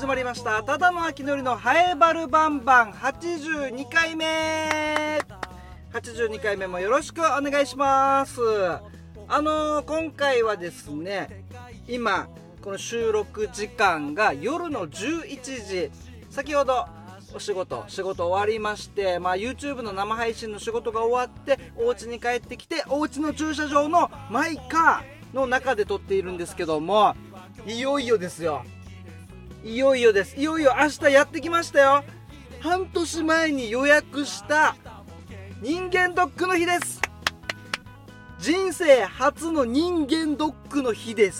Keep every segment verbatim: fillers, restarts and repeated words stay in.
始まりました。ただの秋のりのハエバルバンバンはちじゅうにかいめはちじゅうにかいめもよろしくお願いします。あのー、今回はですね、今この収録時間が夜のじゅういちじ、先ほどお仕事仕事終わりまして、まあ、YouTube の生配信の仕事が終わってお家に帰ってきて、お家の駐車場のマイカーの中で撮っているんですけども、いよいよですよいよいよですいよいよ明日やってきましたよ。半年前に予約した人間ドックの日です。人生初の人間ドックの日です。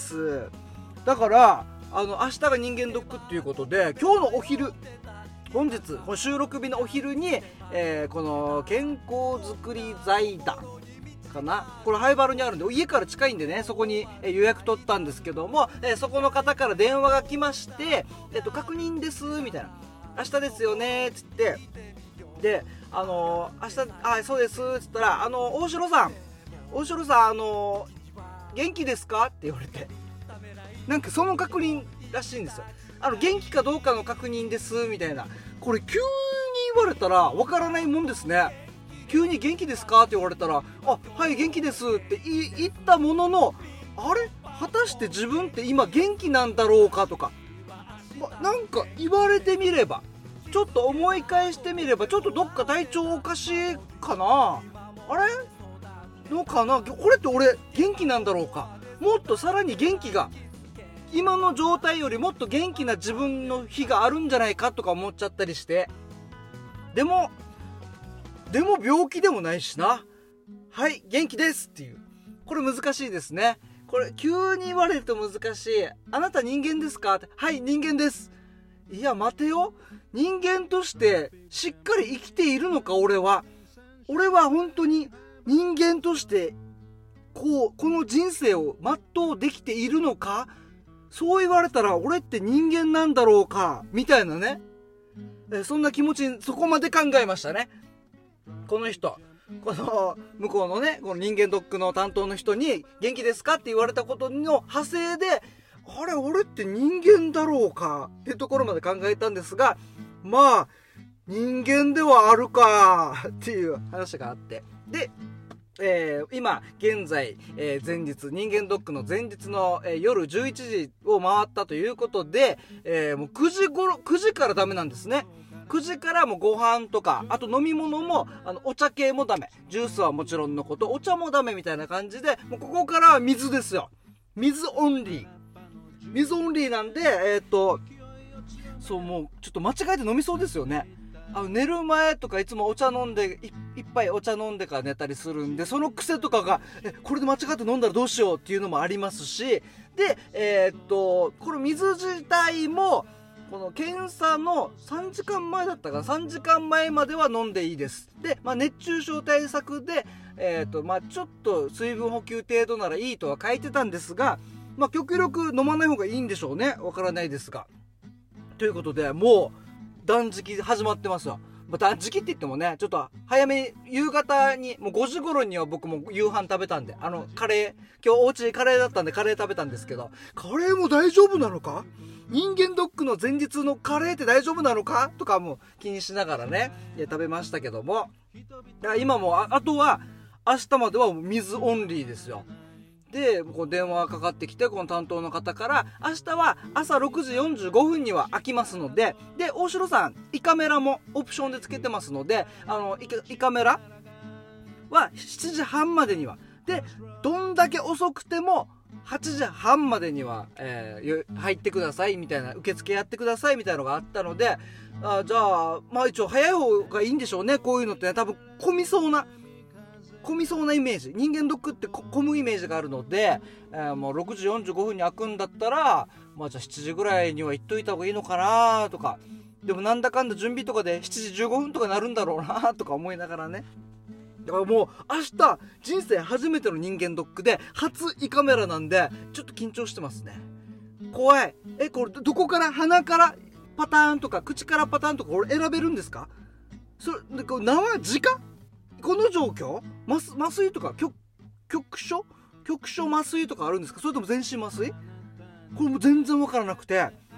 だからあの明日が人間ドックっていうことで、今日のお昼、本日この収録日のお昼に、えー、この健康づくり財団かな、これハイバルにあるんで家から近いんでね、そこに予約取ったんですけども、えー、そこの方から電話が来まして、えっと確認ですみたいな、明日ですよねっつって、であのー、明日あそうですっつったら、あの大城さん大城さんあのー、元気ですかって言われて、なんかその確認らしいんですよ。あの元気かどうかの確認ですみたいな。これ急に言われたらわからないもんですね。急に元気ですかって言われたら、あはい元気ですって言ったものの、あれ果たして自分って今元気なんだろうかとか、ま、なんか言われてみれば、ちょっと思い返してみれば、ちょっとどっか体調おかしいかな、あれのかな、これって俺元気なんだろうか、もっとさらに元気が今の状態よりもっと元気な自分の日があるんじゃないかとか思っちゃったりして、でもでも病気でもないしな、はい元気ですっていう、これ難しいですね。これ急に言われると難しい。あなた人間ですかって、はい人間です。いや待てよ、人間としてしっかり生きているのか、俺は俺は本当に人間としてこうこの人生を全うできているのか、そう言われたら俺って人間なんだろうかみたいなね、えそんな気持ちにそこまで考えましたね。この人、この向こうのね、この人間ドックの担当の人に元気ですかって言われたことの派生で、あれ俺って人間だろうかっていうところまで考えたんですが、まあ人間ではあるかっていう話があって、でえー、今現在、えー、前日人間ドックの前日の、えー、夜じゅういちじを回ったということで、えー、もうくじ頃くじからダメなんですね。くじからもご飯とか、あと飲み物もあのお茶系もダメ、ジュースはもちろんのことお茶もダメみたいな感じで、もうここからは水ですよ。水オンリー水オンリーなんで、えー、っとそうもうちょっと間違えて飲みそうですよね。あの寝る前とかいつもお茶飲んでいっぱいお茶飲んでから寝たりするんで、その癖とかがえこれで間違って飲んだらどうしようっていうのもありますし、でえー、っとこの水自体もこの検査のさんじかんまえだったかな、さんじかんまえまでは飲んでいいです。で、まあ、熱中症対策で、えーとまあ、ちょっと水分補給程度ならいいとは書いてたんですが、まあ、極力飲まない方がいいんでしょうね、わからないですが。ということでもう断食始まってますよ。まあ、断食って言ってもね、ちょっと早めに夕方にもうごじ頃には僕も夕飯食べたんで、あのカレー、今日お家カレーだったんでカレー食べたんですけど、カレーも大丈夫なのか、人間ドックの前日のカレーって大丈夫なのかとかも気にしながらね食べましたけども、だから今も あ, あとは明日までは水オンリーですよ。でこう電話がかかってきて、この担当の方から明日は朝ろくじよんじゅうごふんには開きますので、で大城さん胃カメラもオプションでつけてますので、あの胃カメラはしちじはんまでには、でどんだけ遅くてもはちじはんまでには、えー、入ってくださいみたいな、受付やってくださいみたいなのがあったので、あじゃあまあ一応早い方がいいんでしょうね。こういうのってね、多分混みそうな混みそうなイメージ、人間ドックって混むイメージがあるので、えー、もうろくじよんじゅうごふんに開くんだったら、まあじゃあしちじぐらいには行っといた方がいいのかなとか、でもなんだかんだ準備とかでしちじじゅうごふんとかなるんだろうなとか思いながらね。だからもう明日人生初めての人間ドックで初胃カメラなんで、ちょっと緊張してますね。怖い。えこれどこから、鼻からパターンとか口からパターンとか俺選べるんですか？それでこう生直この状況麻麻酔とか局局所局所麻酔とかあるんですか？それとも全身麻酔？これも全然わからなくて、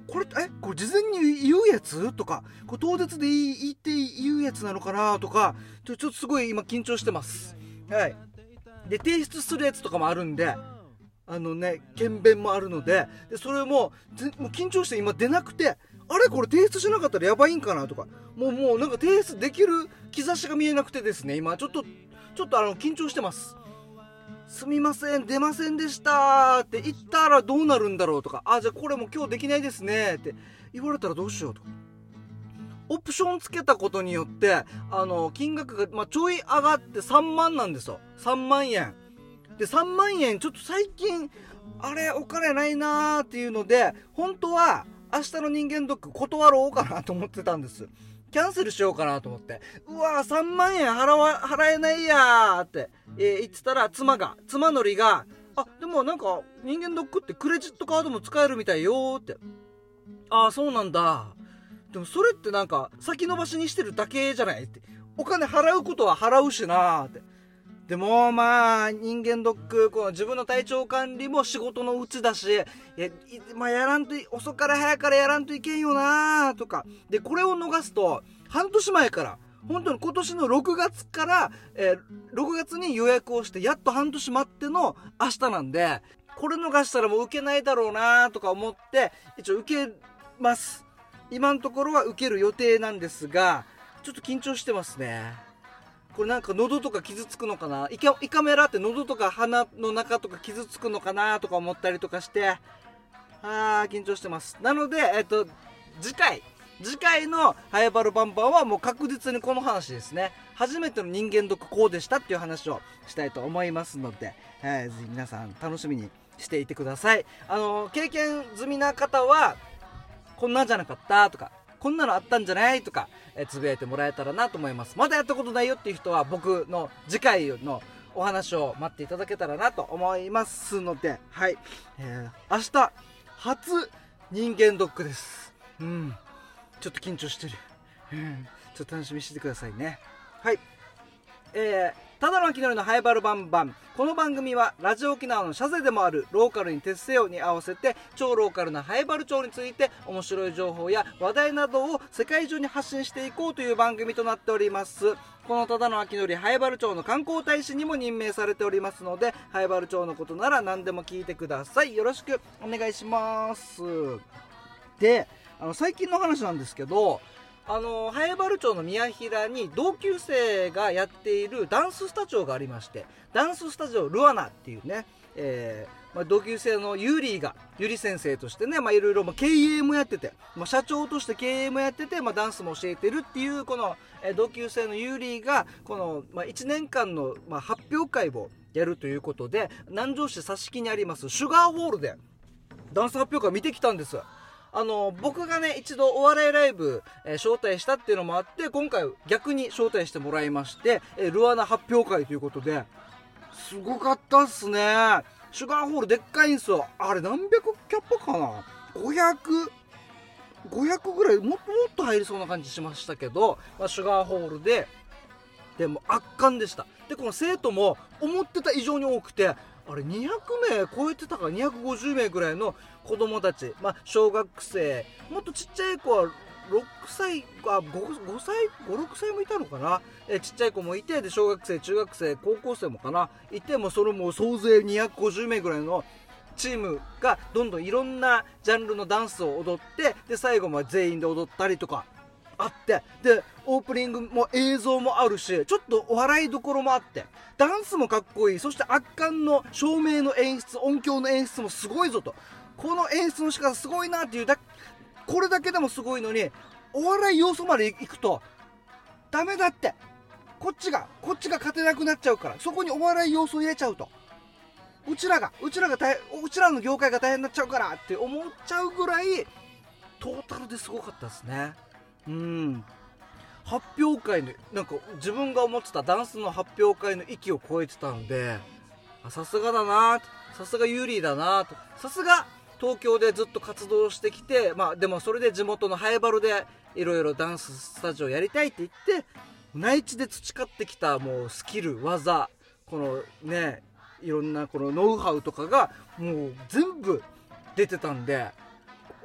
これえこれ事前に言うやつとか、これ当日で言い言って言うやつなのかなとか、ちょ、ちょっとすごい今緊張してます。はい。で提出するやつとかもあるんで、あのね検便もあるので、でそれももう緊張して今出なくて、あれこれ提出しなかったらやばいんかなとか、もうもうなんか提出できる兆しが見えなくてですね、今ちょっとちょっとあの緊張してます。すみません出ませんでしたって言ったらどうなるんだろうとか、あじゃあこれも今日できないですねって言われたらどうしようとか、オプションつけたことによってあの金額が、まあ、ちょい上がってさんまんなんですよ。さんまんえんでさんまんえんちょっと最近あれお金ないなーっていうので、本当は明日の人間ドック断ろうかなと思ってたんです。キャンセルしようかなと思って、うわーさんまんえん払わ払えないやーって、えー、言ってたら妻が妻のりが、あでもなんか人間ドックってクレジットカードも使えるみたいよーって、ああそうなんだ、でもそれってなんか先延ばしにしてるだけじゃないって、お金払うことは払うしなーって。でもまあ人間ドックこの自分の体調管理も仕事のうちだし、や、まあ、やらんと遅から早からやらんといけんよなとかで、これを逃すと半年前から本当に今年のろくがつから、えー、ろくがつに予約をしてやっと半年待っての明日なんで、これ逃したらもう受けないだろうなとか思って一応受けます。今のところは受ける予定なんですが、ちょっと緊張してますね。これなんか喉とか傷つくのかな、イカ、イカメラって喉とか鼻の中とか傷つくのかなとか思ったりとかして、あー緊張してます。なのでえっと次回次回のハエバルバンバンはもう確実にこの話ですね。初めての人間ドックこうでしたっていう話をしたいと思いますので、はい、ぜひ皆さん楽しみにしていてください。あの経験済みな方はこんなんじゃなかったとか、こんなのあったんじゃないとか、えー、つぶやいてもらえたらなと思います。まだやったことないよっていう人は僕の次回のお話を待っていただけたらなと思いますので、はい、えー、明日初人間ドックです。うん、ちょっと緊張してる、うん、ちょっと楽しみにしててくださいね。はい、えーただの秋のりのハイバルバンバン。この番組はラジオ沖縄のシャゼでもあるローカルに徹せよに合わせて超ローカルなハイバル町について面白い情報や話題などを世界中に発信していこうという番組となっております。このただの秋のりハイバル町の観光大使にも任命されておりますので、ハイバル町のことなら何でも聞いてください。よろしくお願いします。で、あの最近の話なんですけど、あのハエバル町の宮平に同級生がやっているダンススタジオがありまして、ダンススタジオルアナっていうね、えーまあ、同級生のユリーがユリ先生としてね、まあ、いろいろ経営もやってて、まあ、社長として経営もやってて、まあ、ダンスも教えてるっていうこの、えー、同級生のユリーがこの、まあ、いちねんかんの、まあ、発表会をやるということで、南城市佐敷にありますシュガーホールでダンス発表会見てきたんです。あの僕がね一度お笑いライブ、えー、招待したっていうのもあって、今回逆に招待してもらいまして、えー、ルアナ発表会ということですごかったっすね。シュガーホールでっかいんすよ。あれ何百キャッパかな、ごひゃく、ごひゃくぐらい、もっともっと入りそうな感じしましたけど、まあ、シュガーホールででも圧巻でした。でこの生徒も思ってた以上に多くて、あれにひゃくめい超えてたからにひゃくごじゅうめいぐらいの子供たち、まあ、小学生、もっとちっちゃい子はろくさい、あ 5, 5歳ごろくさいもいたのかな、えちっちゃい子もいて、で小学生中学生高校生もかないて、もそれも総勢にひゃくごじゅうめいぐらいのチームがどんどんいろんなジャンルのダンスを踊って、で最後まで全員で踊ったりとかあって、でオープニングも映像もあるし、ちょっとお笑いどころもあって、ダンスもかっこいい、そして圧巻の照明の演出、音響の演出もすごいぞと、この演出の仕方すごいなっていうだ、これだけでもすごいのにお笑い要素までいくとダメだって、こっちがこっちが勝てなくなっちゃうから、そこにお笑い要素を入れちゃうと、うちらがうちらが大うちらの業界が大変になっちゃうからって思っちゃうぐらいトータルですごかったですね。うん、発表会のなんか自分が思ってたダンスの発表会の域を超えてたんで、さすがだな、さすがユーリーだなと、さすが東京でずっと活動してきて、まあでもそれで地元のハエバルでいろいろダンススタジオやりたいって言って内地で培ってきたもうスキル技、このねいろんなこのノウハウとかがもう全部出てたんで、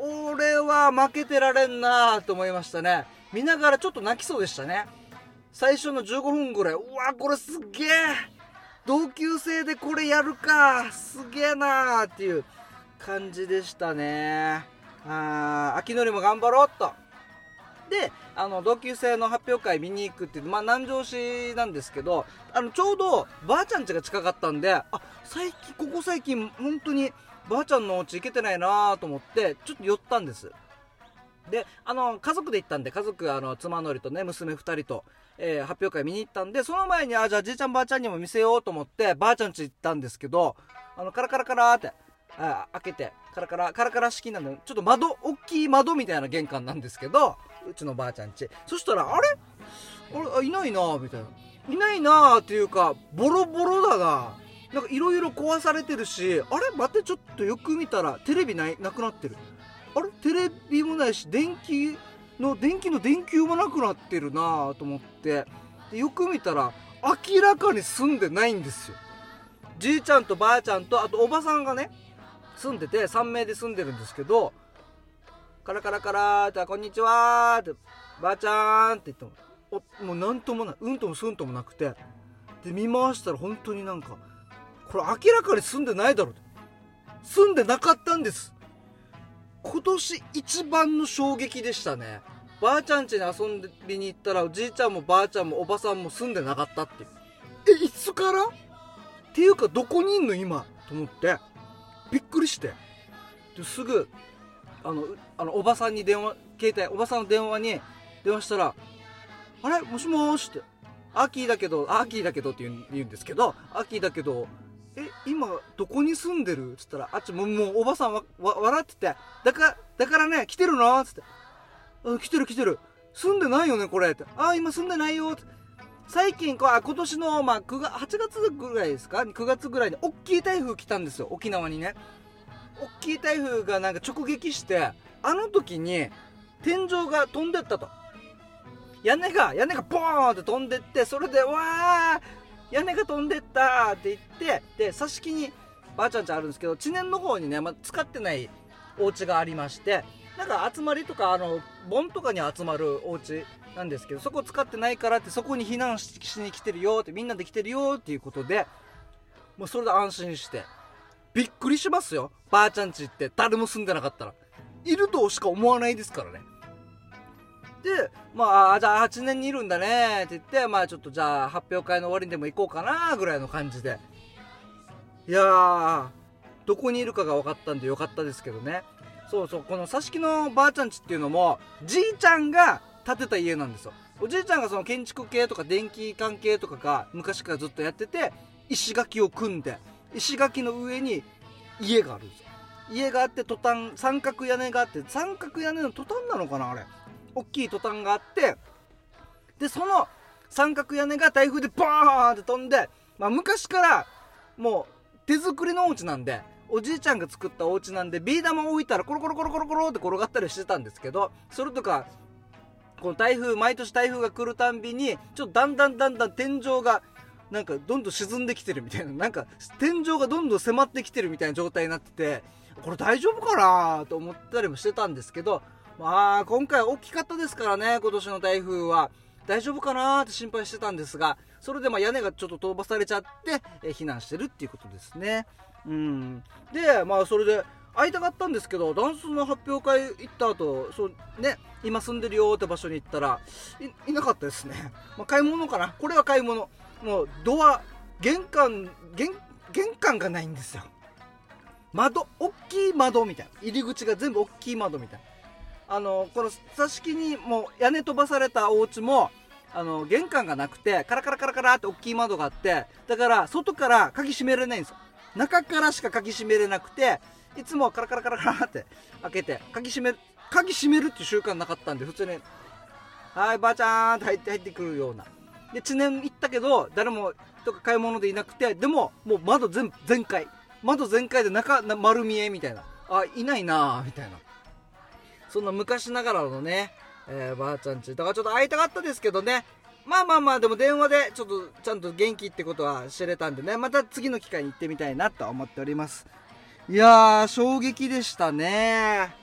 俺は負けてられんなと思いましたね。見ながらちょっと泣きそうでしたね。最初のじゅうごふんぐらい、うわこれすっげえ、同級生でこれやるか、すげえなーっていう感じでしたね。あー、秋のりも頑張ろうっと。で、あの同級生の発表会見に行くっていう、まあ南城市なんですけど、あのちょうどばあちゃん家が近かったんで、あ、最近ここ最近本当にばあちゃんのお家行けてないなと思ってちょっと寄ったんです。で、あの家族で行ったんで、家族、あの妻のりとね、娘ふたりと、えー、発表会見に行ったんで、その前にあじゃあじいちゃんばあちゃんにも見せようと思ってばあちゃん家行ったんですけど、あのカラカラカラってあ開けて、カラカラカラカラ式なんで、ちょっと窓、大きい窓みたいな玄関なんですけど、うちのばあちゃん家、そしたらあれあれいないなみたいな、いないなっていうかボロボロだな、なんかいろいろ壊されてるし、あれ待って、ちょっとよく見たらテレビないなくなってる、あれテレビもないし、電気の電気の電球もなくなってるなと思って、でよく見たら明らかに住んでないんですよ。じいちゃんとばあちゃんとあとおばさんがね住んでて、さん名で住んでるんですけど、カラカラカラーってこんにちはーってばあちゃんって言っても、おもうなんともない、うんともすんともなくて、で見回したら本当になんかこれ明らかに住んでないだろうと、住んでなかったんです。今年一番の衝撃でしたね。ばあちゃん家に遊んでびに行ったら、おじいちゃんもばあちゃんもおばさんも住んでなかったっていう。え、いつからっていうかどこにいんの今と思ってびっくりして、ですぐあのあのおばさんに電話、携帯おばさんの電話に電話したら、あれもしもーしって、アーキーだけどアーキーだけどって言うん、言うんですけど、アーキーだけどえ今どこに住んでるっつったら、あっちもう、もうおばさんわわ笑ってて、だからだからね来てるのっつって、あ来てる来てる、住んでないよねこれって、あ今住んでないよって、最近こう今年の、まあ、くがはちがつぐらいですか、くがつぐらいに大きい台風来たんですよ、沖縄にね。大きい台風がなんか直撃して、あの時に天井が飛んでったと、屋根が屋根がボーンって飛んでって、それでわー屋根が飛んでったって言って、で挿し木にばあちゃん家あるんですけど、知念の方にね、まあ、使ってないお家がありまして、なんか集まりとかあの盆とかに集まるお家なんですけど、そこ使ってないからって、そこに避難 し, しに来てるよって、みんなで来てるよっていうことで、もうそれで安心して、びっくりしますよ、ばあちゃん家って誰も住んでなかったら、いるとしか思わないですからね。でまあじゃあはちねんにいるんだねって言って、まあちょっとじゃあ発表会の終わりにでも行こうかなぐらいの感じで、いやーどこにいるかが分かったんでよかったですけどね。そうそう、この挿し木のばあちゃん家っていうのもじいちゃんが建てた家なんですよ。おじいちゃんがその建築系とか電気関係とかが昔からずっとやってて、石垣を組んで、石垣の上に家があるんですよ。家があって、トタン三角屋根があって、三角屋根のトタンなのかなあれ、大きいトタンがあって、でその三角屋根が台風でバーンって飛んで、まあ、昔からもう手作りのお家なんで、おじいちゃんが作ったお家なんで、ビー玉を置いたらコロコロコロコロコロって転がったりしてたんですけど、それとかこの台風、毎年台風が来るたんびにちょっとだんだんだんだん天井がなんかどんどん沈んできてるみたいな、なんか天井がどんどん迫ってきてるみたいな状態になってて、これ大丈夫かなと思ったりもしてたんですけど、まあ今回大きかったですからね、今年の台風は大丈夫かなって心配してたんですが、それでまあ屋根がちょっと飛ばされちゃって、え避難してるっていうことですね。うんでまあそれで会いたかったんですけど、ダンスの発表会行った後、そうね、今住んでるよって場所に行ったら い, いなかったですね。まあ、買い物かな、これは買い物、もうドア玄関 玄, 玄関がないんですよ。窓、大きい窓みたいな、入り口が全部大きい窓みたいな、あのこの挿し木にもう屋根飛ばされたお家もあの玄関がなくて、カラカラカラカラって大きい窓があって、だから外から鍵閉められないんですよ。中からしか鍵閉めれなくて、いつもカラカラカラカラって開けて鍵閉める鍵閉めるっていう習慣なかったんで、普通にはいばあちゃんって入って入ってくるようなで、知念行ったけど誰もとか買い物でいなくて、でももう窓全全開、窓全開で中丸見えみたいな、あいないなみたいな、そんな昔ながらのね、えー、ばあちゃんちだからちょっと会いたかったですけどね。まあまあまあ、でも電話でちょっとちゃんと元気ってことは知れたんでね、また次の機会に行ってみたいなと思っております。いやー衝撃でしたね。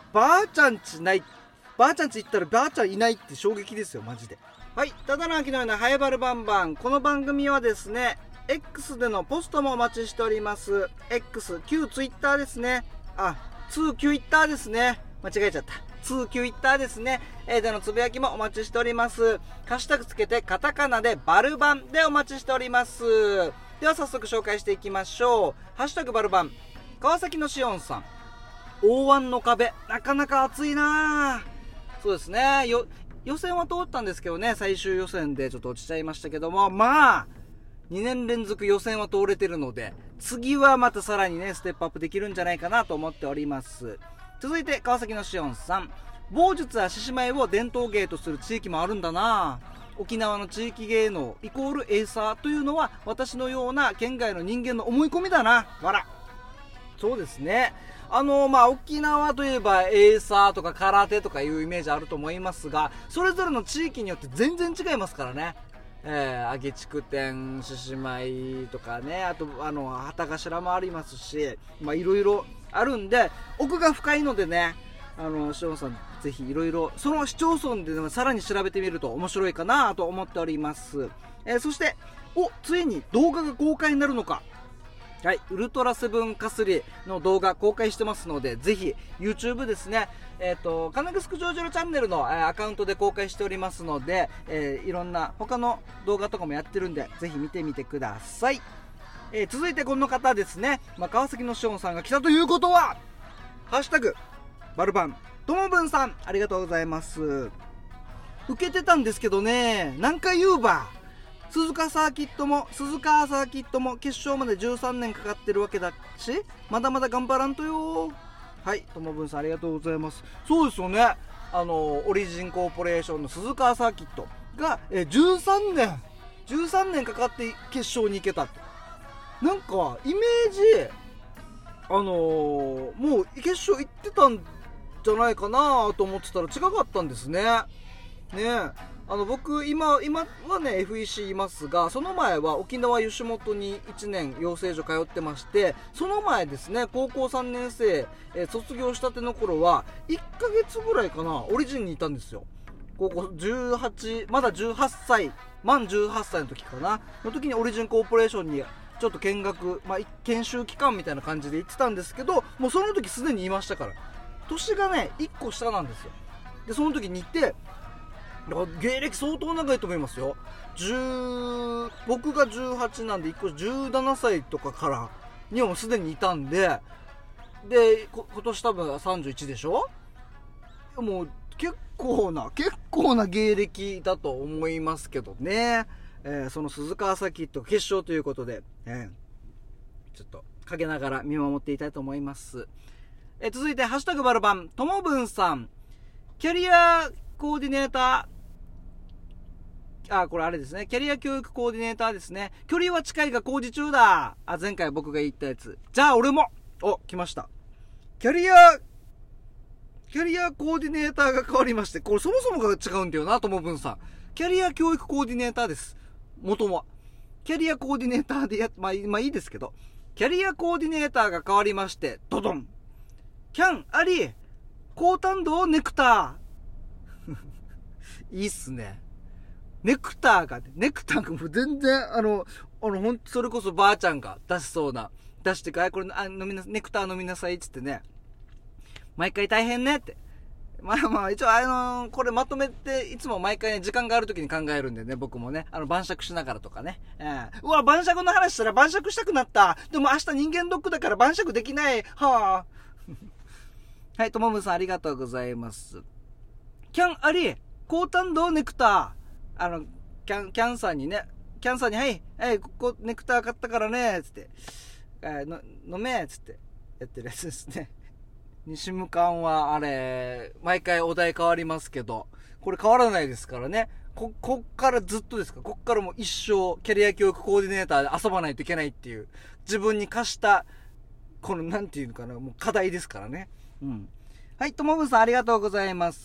ばあちゃんちない、ばあちゃんち行ったらばあちゃんいないって衝撃ですよマジで。はい、ただの秋のようなハエバルバンバン。この番組はですね X でのポストもお待ちしております。 X、 旧 Twitter ですね。あ、に Twitter ですね、間違えちゃった。に Twitter ですね、えー、でのつぶやきもお待ちしております。ハッシュタグつけてカタカナでバルバンでお待ちしております。では早速紹介していきましょう。ハッシュタグバルバン。川崎のしおんさん、大湾の壁なかなか熱いな。そうですね、よ予選は通ったんですけどね、最終予選でちょっと落ちちゃいましたけども、まあにねん連続予選は通れてるので、次はまたさらにねステップアップできるんじゃないかなと思っております。続いて川崎のしおんさん、棒術や獅子舞を伝統芸とする地域もあるんだな。沖縄の地域芸能イコールエイサーというのは私のような県外の人間の思い込みだな。わら。そうですね、あのまあ沖縄といえばエイサーとか空手とかいうイメージあると思いますが、それぞれの地域によって全然違いますからね。えー、揚竹店、獅子舞とかね、あとあの旗頭もありますし、まあいろいろあるんで奥が深いのでね、あのしおんさんぜひいろいろその市町村で、ね、さらに調べてみると面白いかなと思っております。えー、そしておついに動画が公開になるのか。はい、ウルトラセブンかすりの動画公開してますので、ぜひ YouTube ですね、えっ、ー、とカナグスクジョージョロチャンネルの、えー、アカウントで公開しておりますので、えー、いろんな他の動画とかもやってるんでぜひ見てみてください。えー、続いてこの方ですね、まあ、川崎のしおんさんが来たということはハッシュタグバルバンともぶんさん、ありがとうございます。受けてたんですけどね、何回言うば鈴鹿サーキットも鈴鹿サーキットも決勝までじゅうさんねんかかってるわけだし、まだまだ頑張らんとよ。はい、ともぶんさんありがとうございます。そうですよね、あのオリジンコーポレーションの鈴鹿サーキットがえじゅうさんねんじゅうさんねんかかって決勝に行けたって、なんかイメージあのー、もう決勝行ってたんじゃないかなと思ってたら違かったんですね。ねえ、あの僕今今はね エフイーシー いますが、その前は沖縄吉本にいちねん養成所通ってまして、その前ですね高校さんねん生、えー、卒業したての頃はいっかげつぐらいかなオリジンにいたんですよ。高校じゅうはち、まだじゅうはっさい、満じゅうはっさいの時かなの時にオリジンコーポレーションにちょっと見学、まあ、研修期間みたいな感じで行ってたんですけど、もうその時すでにいましたから、年がねいっこ下なんですよ。でその時に行って芸歴相当長いと思いますよ。じゅう僕がじゅうはちなんでいっこじゅうななさいとかからにはもうすでにいたんで、で今年多分さんじゅういちでしょ。もう結構な結構な芸歴だと思いますけどね。えー、その鈴鹿サーキット決勝ということで、えー、ちょっと陰ながら見守っていたいと思います。えー、続いてハッシュタグバルバンともぶんさん、キャリアコーディネーター、あ、これあれですね。キャリア教育コーディネーターですね。距離は近いが工事中だ。あ、前回僕が言ったやつ。じゃあ俺もお、来ました。キャリア、キャリアコーディネーターが変わりまして、これそもそもが違うんだよな、ともぶんさん。キャリア教育コーディネーターです。元は。キャリアコーディネーターでや、まあ、まあいいですけど、キャリアコーディネーターが変わりまして、ドドン。キャン、あり、高単度ネクター。いいっすね。ネクターが、ネクターがもう全然、あの、あの、ほんとそれこそばあちゃんが出しそうな、出してかい、これ、あ、飲みな、ネクター飲みなさいっつってね、毎回大変ねって。まあまあ、一応あのー、これまとめて、いつも毎回ね、時間がある時に考えるんでね、僕もね、あの、晩酌しながらとかね。えー、うわ、晩酌の話したら晩酌したくなった。でも明日人間ドックだから晩酌できない。はぁ。はい、ともむさんありがとうございます。キャンあり、高単度ネクター。あの、キャン、キャンさんにね、キャンさんに、はい、はい、ここネクター買ったからね、つって、えー、の、飲め、つって、やってるやつですね。西向かんは、あれ、毎回お題変わりますけど、これ変わらないですからね。こ、こっからずっとですか、こっからもう一生、キャリア教育コーディネーターで遊ばないといけないっていう、自分に課した、この、なんていうのかな、もう課題ですからね。うん。はい、ともぶさんありがとうございます。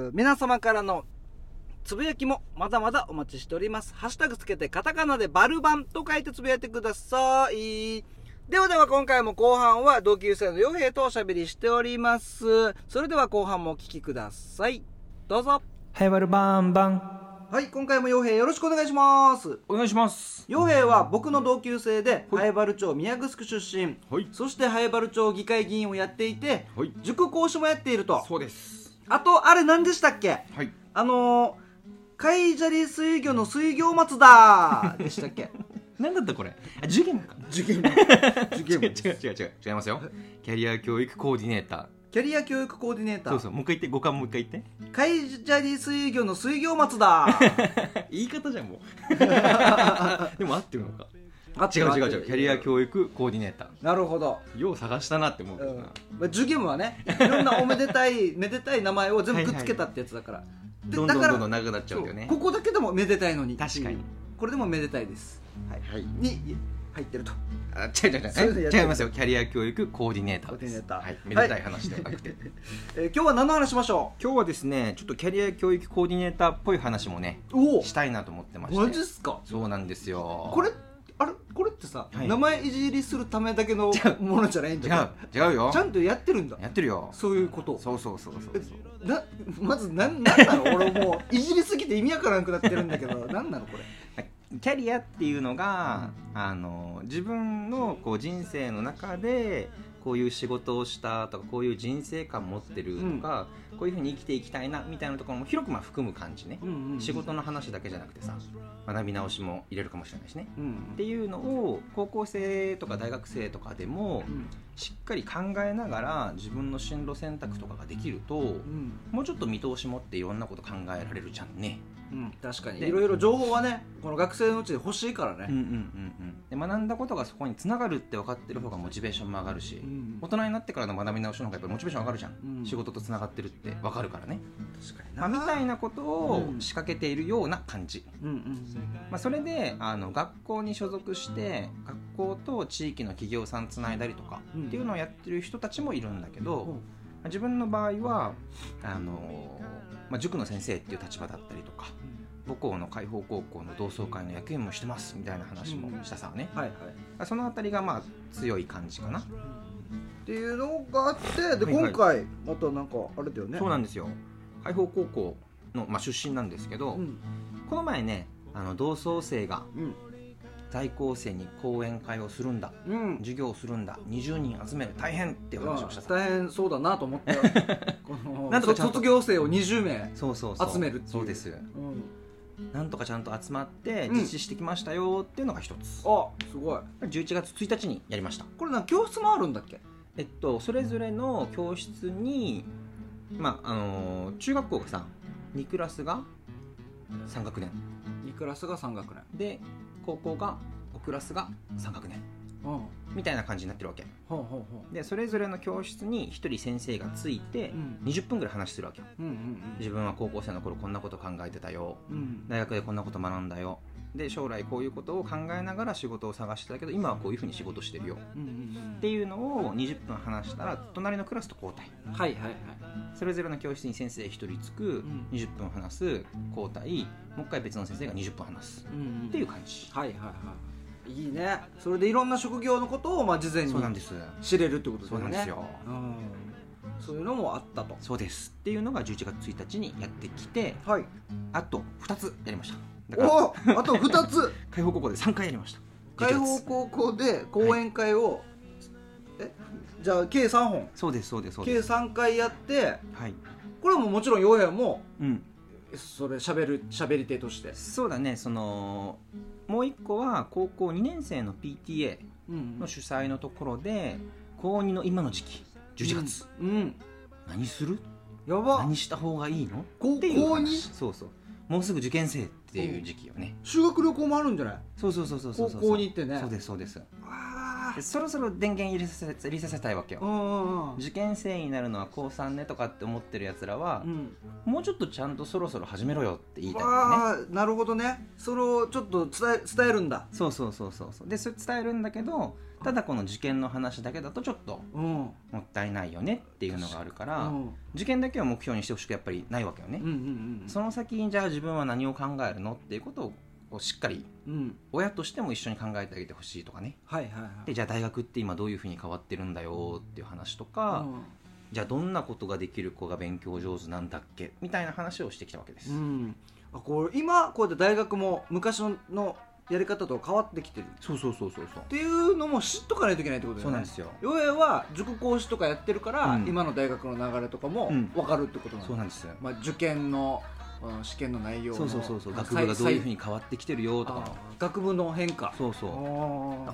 皆様からの、つぶやきもまだまだお待ちしております。ハッシュタグつけてカタカナでバルバンと書いてつぶやいてください。 ではでは今回も後半は同級生の洋平とおしゃべりしております。それでは後半もお聞きください。どうぞ。 はやばるバンバン。 はい、今回も洋平よろしくお願いします。 お願いします。 洋平は僕の同級生で南風原町宮城出身、はい、そして南風原町議会議員をやっていて、はい、塾講師もやっていると。 そうです。 あとあれ何でしたっけ、 はい、 あのー、海砂利水魚の水魚松だでしたっけなんだったこれ、あ、ジュゲムか。 ジュゲムジュゲム違う違う違う違いますよ。キャリア教育コーディネーター。 キャリア教育コーディネーター。 そうそう、もう一回言って、五感もう一回言って。 海砂利水魚の水魚松だ言い方じゃんもうでも合ってるのか。違う違う違う、キャリア教育コーディネーター。 なるほど。 よう探したなって思うけどな、 うん、ジュゲムはね、いろんなおめでたいめでたい名前を全部くっつけたってやつだから、はいはい、 どんどんどんどん長くなっちゃうんだよね。 ここだけでもめでたいのに。 確かにこれでもめでたいです、はいはい、に入ってると。 あ、違う違う違う、違いますよ。キャリア教育コーディネーターです。はい、めでたい話ではなくて、はいえー、今日は何の話しましょう。 今日はですね、ちょっとキャリア教育コーディネーターっぽい話もねしたいなと思ってまして。 マジっすか。 そうなんですよ。 これあれこれってさ、はい、名前いじりするためだけのものじゃないんだよ。 違う違うよ。 ちゃんとやってるんだ。 やってるよ。 そういうこと。 そうそうそうそうそう。 なまず何なの俺もういじりすぎて意味わからなくなってるんだけど何なのこれ。 キャリアっていうのが、うん、あの自分のこう人生の中でこういう仕事をしたとか、こういう人生観持ってるとか、うん、こういうふうに生きていきたいなみたいなところも広くまあ含む感じね、うんうんうん、仕事の話だけじゃなくてさ、学び直しも入れるかもしれないしね、うんうん、っていうのを高校生とか大学生とかでもしっかり考えながら自分の進路選択とかができると、うん、もうちょっと見通し持っていろんなこと考えられるじゃんね。 うん、確かにいろいろ情報はね、この学生のうちで欲しいからね、 うんうんうんうん、で学んだことがそこにつながるって分かってる方がモチベーションも上がるし、うん、大人になってからの学び直しの方がやっぱりモチベーション上がるじゃん、うん、仕事とつながってるって分かるからね。 確かにな、 まあ、みたいなことを仕掛けているような感じ、うんうんうん、まあ、それであの学校に所属して学校と地域の企業さんつないだりとかっていうのをやってる人たちもいるんだけど、うん、自分の場合はあの、まあ、塾の先生っていう立場だったりとか、母校の海邦高校の同窓会の役員もしてますみたいな話もしたさね、うん、はいはい、そのあたりがまあ強い感じかなっていうのがあって、で、はいはい、今回またなんかあれだよね。 そうなんですよ。海邦高校の、まあ、出身なんですけど、うん、この前ね、あの同窓生が、うん、在校生に講演会をするんだ、うん、授業をするんだ、にじゅうにん集める大変っていう話をしたさ。 大変そうだなと思ったよこのなんとか卒業生をにじゅうめいそうそうそう集めるっていう。 そうです、うん、なんとかちゃんと集まって実施してきましたよっていうのが一つ、 うん、あ、すごい。 じゅういちがつついたちにやりました。 これなん教室もあるんだっけ。 えっとそれぞれの教室に、まああのー、中学校がさにクラスがさん学年、 にクラスがさん学年で、高校がごクラスがさん学年、うん、みたいな感じになってるわけ、ほうほうほう。でそれぞれの教室にひとり先生がついて、うん、にじゅっぷんぐらい話するわけよ、うんうんうん、自分は高校生の頃こんなこと考えてたよ、うん、大学でこんなこと学んだよ、で将来こういうことを考えながら仕事を探してたけど今はこういうふうに仕事してるよ、うんうんうん、っていうのをにじゅっぷん話したら隣のクラスと交代、はいはいはい、それぞれの教室に先生ひとりつく、うん、にじゅっぷん話す、交代、もう一回別の先生がにじゅっぷん話す、うんうん、っていう感じ、はいはいはい。 いいね。それでいろんな職業のことをまあ事前に知れるってことですよね。そうなんですよ、うん、そういうのもあったと。 そうですっていうのがじゅういちがつついたちにやってきて、はい、あとふたつやりました。 だからおあとふたつ海邦高校でさんかいやりました。 海邦高校で講演会を、はい、えじゃあ計さんほん。 そうですそうですそうです。計さんかいやって、はい、これももちろん洋平も、うん、それ喋る喋り手として。そうだね。 そのもう一個は高校にねん生の ピーティーエー の主催のところで、うん、高にの今の時期じゅういちがつ、うんうん、何する？やば。何した方がいいの？ 高校に？ そうそう。もうすぐ受験生っていう時期よね。 修学旅行もあるんじゃない？ そうそうそうそうそうそう。 高校に行ってね。 そうですそうです。でそろそろ電源入れさせ入れさせたいわけよ、うんうんうん、受験生になるのは高さんねとかって思ってるやつらは、うん、もうちょっとちゃんとそろそろ始めろよって言いたいよね。ああ、なるほどね。それをちょっと伝え、伝えるんだ。 そうそうそうそう。でそれ伝えるんだけど、ただこの受験の話だけだとちょっともったいないよねっていうのがあるから、うん、受験だけは目標にしてほしくやっぱりないわけよね、うんうんうん、その先にじゃあ自分は何を考えるのっていうことをこうしっかり親としても一緒に考えてあげてほしいとかね、 はいはいはい、 でじゃあ大学って今どういうふうに変わってるんだよっていう話とか、うん、じゃあどんなことができる子が勉強上手なんだっけみたいな話をしてきたわけです、うん、 あこれ今こうやって大学も昔のやり方と変わってきてる、 そうそうそうそうそうっていうのも知っとかないといけないってことだよね。 そうなんですよ。 要は塾講師とかやってるから、うん、今の大学の流れとかも分かるってことなの、 うん、そうなんですよ、 まあ、受験の試験の内容のそうそうそうそう、学部がどういうふうに変わってきてるよとか、 学部の変化、 そうそう、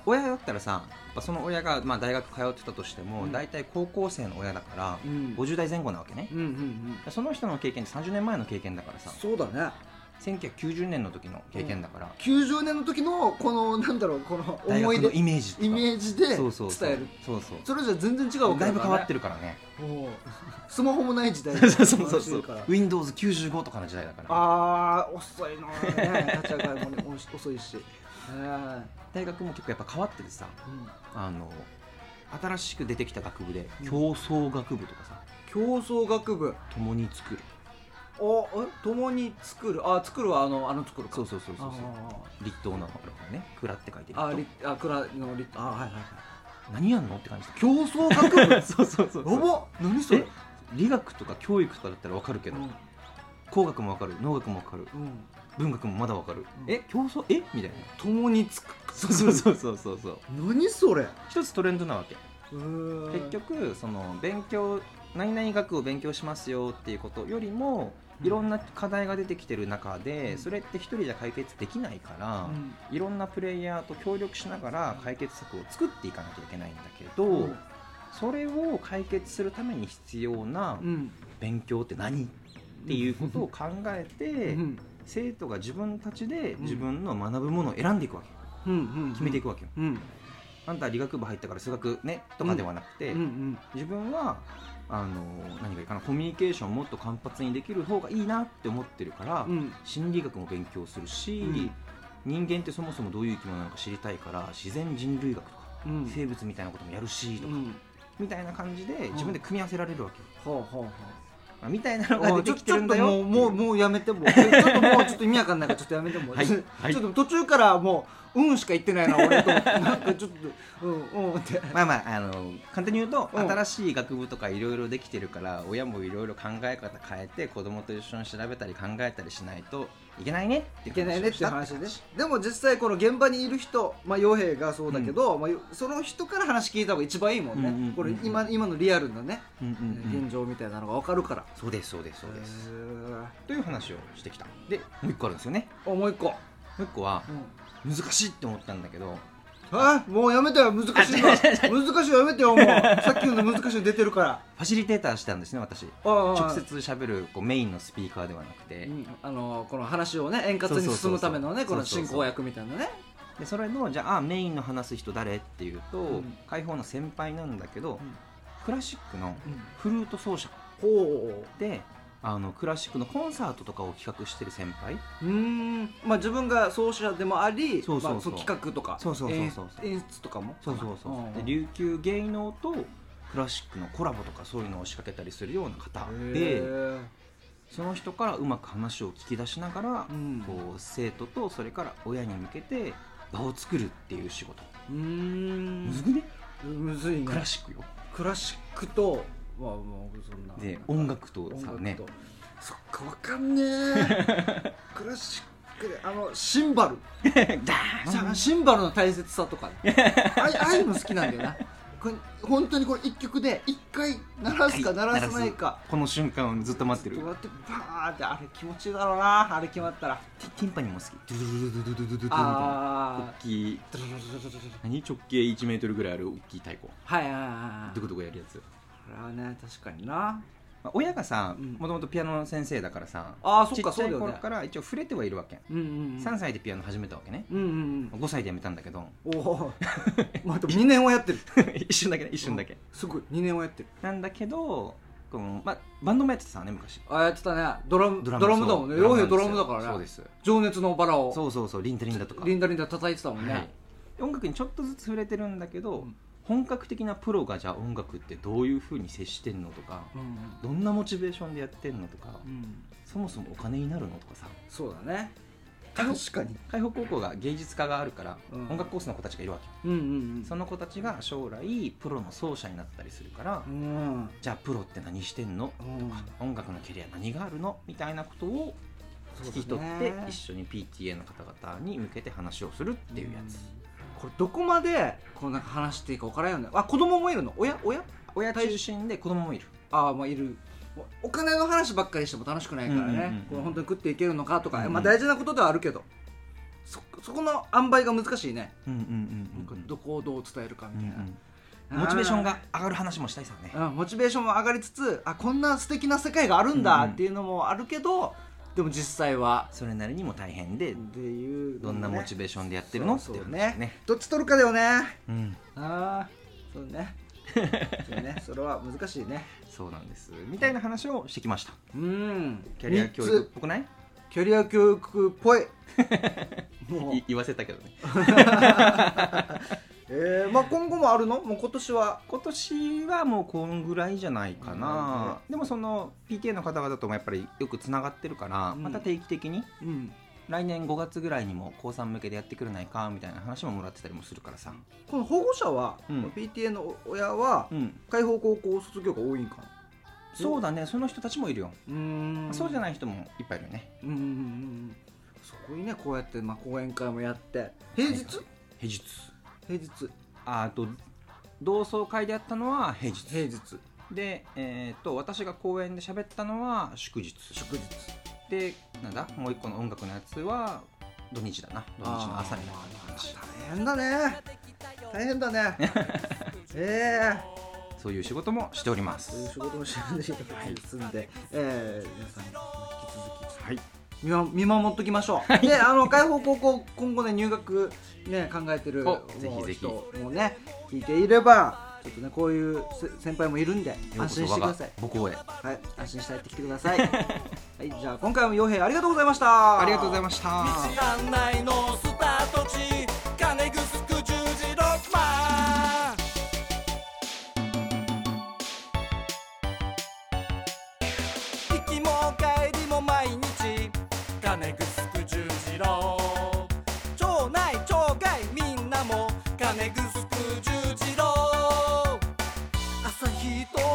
親だったらさ、やっぱその親がまあ大学通ってたとしても、うん、大体高校生の親だから、うん、ごじゅう代前後なわけね、うんうんうん、その人の経験ってさんじゅうねんまえの経験だからさ、 そうだね、 せんきゅうひゃくきゅうじゅうねんの時の経験だから、うん、 きゅうじゅうねんの時のこのなんだろう、この思い出、 大学のイメージとかイメージで伝える、 そうそうそう、そうそう、 それじゃ全然違うわけだからね、 だいぶ変わってるからね、 スマホもない時代そうそうそうそう、ウィンドウズきゅうじゅうご とかの時代だから、 あー遅いのね、立ち上がりも、ね、遅いし、 大学も結構やっぱ変わっててさ、うん、あの新しく出てきた学部で競争学部とかさ、 競争学部、 共に作る、 おえ共に作る、あ作るはあのあの作るか、 そうそうそうそうそう、立東のからね、蔵って書いてる、ありあ蔵の立、あはいはいはい、 何やんのって感じ、 競争学部そうそうそうそう、 やば、何それ、 理学とか教育とかだったら分かるけど、うん、工学も分かる、農学も分かる、うん、文学もまだ分かる、うん、え競争えみたいな、 共に作る、 そうそうそうそうそうそう、 何それ、 一つトレンドなわけ。結局その勉強、何々学を勉強しますよっていうことよりも、いろんな課題が出てきてる中で、それって一人じゃ解決できないから、うん、いろんなプレイヤーと協力しながら解決策を作っていかなきゃいけないんだけど、うん、それを解決するために必要な勉強って何、うん、っていうことを考えて、うん、生徒が自分たちで自分の学ぶものを選んでいくわけ、うん、決めていくわけよ、うん、あんたは理学部入ったから数学ねとかではなくて、うんうんうん、自分はあの何がいいかな、コミュニケーションをもっと活発にできる方がいいなって思ってるから、うん、心理学も勉強するし、うん、人間ってそもそもどういう生き物なのか知りたいから自然人類学とか、うん、生物みたいなこともやるしとか、うん、みたいな感じで自分で組み合わせられるわけよ、うん、ほうほうほう、みたいなのが出てきてるんだよ。 ちょっともう、もう、もうやめてもちょっともうちょっと意味わかんないからちょっとやめても、はい、ちょっと途中からもううんしか言ってないな俺となんかちょっとうんうんってまあまあ、あの簡単に言うと、うん、新しい学部とかいろいろできてるから親もいろいろ考え方変えて子供と一緒に調べたり考えたりしないといけないねっていけないねって話で、でも実際この現場にいる人、まあ陽平がそうだけど、うんまあ、その人から話聞いた方が一番いいもんね、うんうんうんうん、これ 今, 今のリアルなね、うんうんうん、現状みたいなのが分かるから。 そうですそうですそうです、という話をしてきた。でもう一個あるんですよね。 あもう一個もう一個は、うん、難しいって思ったんだけど、 あもうやめてよ、難しいの難しいのやめてよ、もうさっきの難しいの出てるから。 ファシリテーターしてたんですね私。直接喋るこうメインのスピーカーではなくて、うん、 あのこの話をね円滑に進むためのねこの進行役みたいなね。 でそれのじゃあメインの話す人誰っていうと、うん、開放の先輩なんだけど、うん、クラシックのフルート奏者、うん、であのクラシックのコンサートとかを企画してる先輩。 うーん、まあ、自分が奏者でもあり、そうそうそう、まあ、そう企画とかそうそうそうそう演出とかもそうそうそう、で琉球芸能とクラシックのコラボとかそういうのを仕掛けたりするような方で、その人からうまく話を聞き出しながら、うん、こう生徒とそれから親に向けて場を作るっていう仕事。うーん、むずくね？ むずいね。 クラシックよ。 クラシックとまあ、もうそんなで音楽とさね、 そっかわかんねえクラシックであのシンバルダシンバルの大切さとか、ね、ああいうの好きなんだよな。これ本当にこれ一曲で一回鳴らすか鳴らさないか、 この瞬間をずっと待ってる。 ずっと待ってバーってあれ気持ちいいだろうな、あれ決まったら。 ティンパニーも好き。ドゥドゥドゥドゥドゥドゥドゥドゥみたいな大きい何直径いちメートルぐらいある大きい太鼓、 はいはいはい、 どこどこやるやつ。 あれはね確かにな。 親がさもともとピアノの先生だからさ、 あそっかちっちゃい頃から一応触れてはいるわけ、うんうんうん、さんさいでピアノ始めたわけね、うんうんうん、ごさいでやめたんだけど、おおまあでもにねんはやってる一瞬だけね、一瞬だけすごいにねんはやってるなんだけど、この、ま、バンドもやってたさね昔。 あやってたね。ドラムドラムだもんね。両方ドラムだからね。 そうです。 情熱のバラをそうそうそう、リンダリンダとかリンダリンダ叩いてたもんね、はい、 音楽にちょっとずつ触れてるんだけど、うん、本格的なプロがじゃあ音楽ってどういう風に接してんのとか、うんうん、どんなモチベーションでやってんのとか、うん、そもそもお金になるのとかさ。 そうだね。 確かに海北高校が芸術科があるから、うん、音楽コースの子たちがいるわけよ、うんうんうん、その子たちが将来プロの奏者になったりするから、うん、じゃあプロって何してんの、うん、とか音楽のキャリア何があるのみたいなことを聞き取って一緒に ピーティーエー の方々に向けて話をするっていうやつ、うん、 これどこまでこうなんか話していいか分からんよね。あ、子供もいるの？親親親中心で子供もいる。 ああ、まあいる。お金の話ばっかりしても楽しくないからね、うんうんうん、これ本当に食っていけるのかとか、うんうん、まあ、大事なことではあるけど そ, そこの塩梅が難しいね、うんうんうんうん、どこをどう伝えるかみたいな、うんうん、モチベーションが上がる話もしたいさね、 うん、モチベーションも上がりつつ、あ、こんな素敵な世界があるんだっていうのもあるけど、うんうん、でも実際はそれなりにも大変でっていう、ね、どんなモチベーションでやってるのっていうね、ね、どっち取るかだよね、うん、ああそうねそうね、それは難しいね。 そうなんですみたいな話をしてきました。うん、キャリア教育っぽくない？ キャリア教育っぽいもう言わせたけどねえーまあ、今後もあるの？もう今年は今年はもうこんぐらいじゃないかな、うん、でもその ピーティーエー の方々ともやっぱりよくつながってるから、うん、また定期的に、うん、来年ごがつぐらいにも高さん向けでやってくれないかみたいな話ももらってたりもするからさ。 この保護者は、うん、ピーティーエー の親は、うん、海邦高校卒業が多いんかな。 そうだね、その人たちもいるよ。うーん、そうじゃない人もいっぱいいるよね。うんうんうん、 すごいね、こうやって、まあ、講演会もやって平日、はい、 平日平日ああと同窓会でやったのは平日平日で、えー、と私が講演で喋ったのは祝日祝日で、なんだもう一個の音楽のやつは土日だな。土日の朝になる話。 大変だね大変だねええーそういう仕事もしております。 そういう仕事もしておりますんで、えー、皆さん引き続き、はい、見, 見守っときましょう、はい、で、あの海邦高校今後ね入学ね考えてるぜひぜひ人もね聞いていればちょっとねこういう先輩もいるんで安心してください。 母校へ、 はい、安心してやってきてくださいはい、じゃあ今回も陽平ありがとうございました。 ありがとうございました。 道案内のスタート地金城十字ロックマン行きも帰りも毎日金城十字ロー町内町外みんなも金城十字ロー朝日と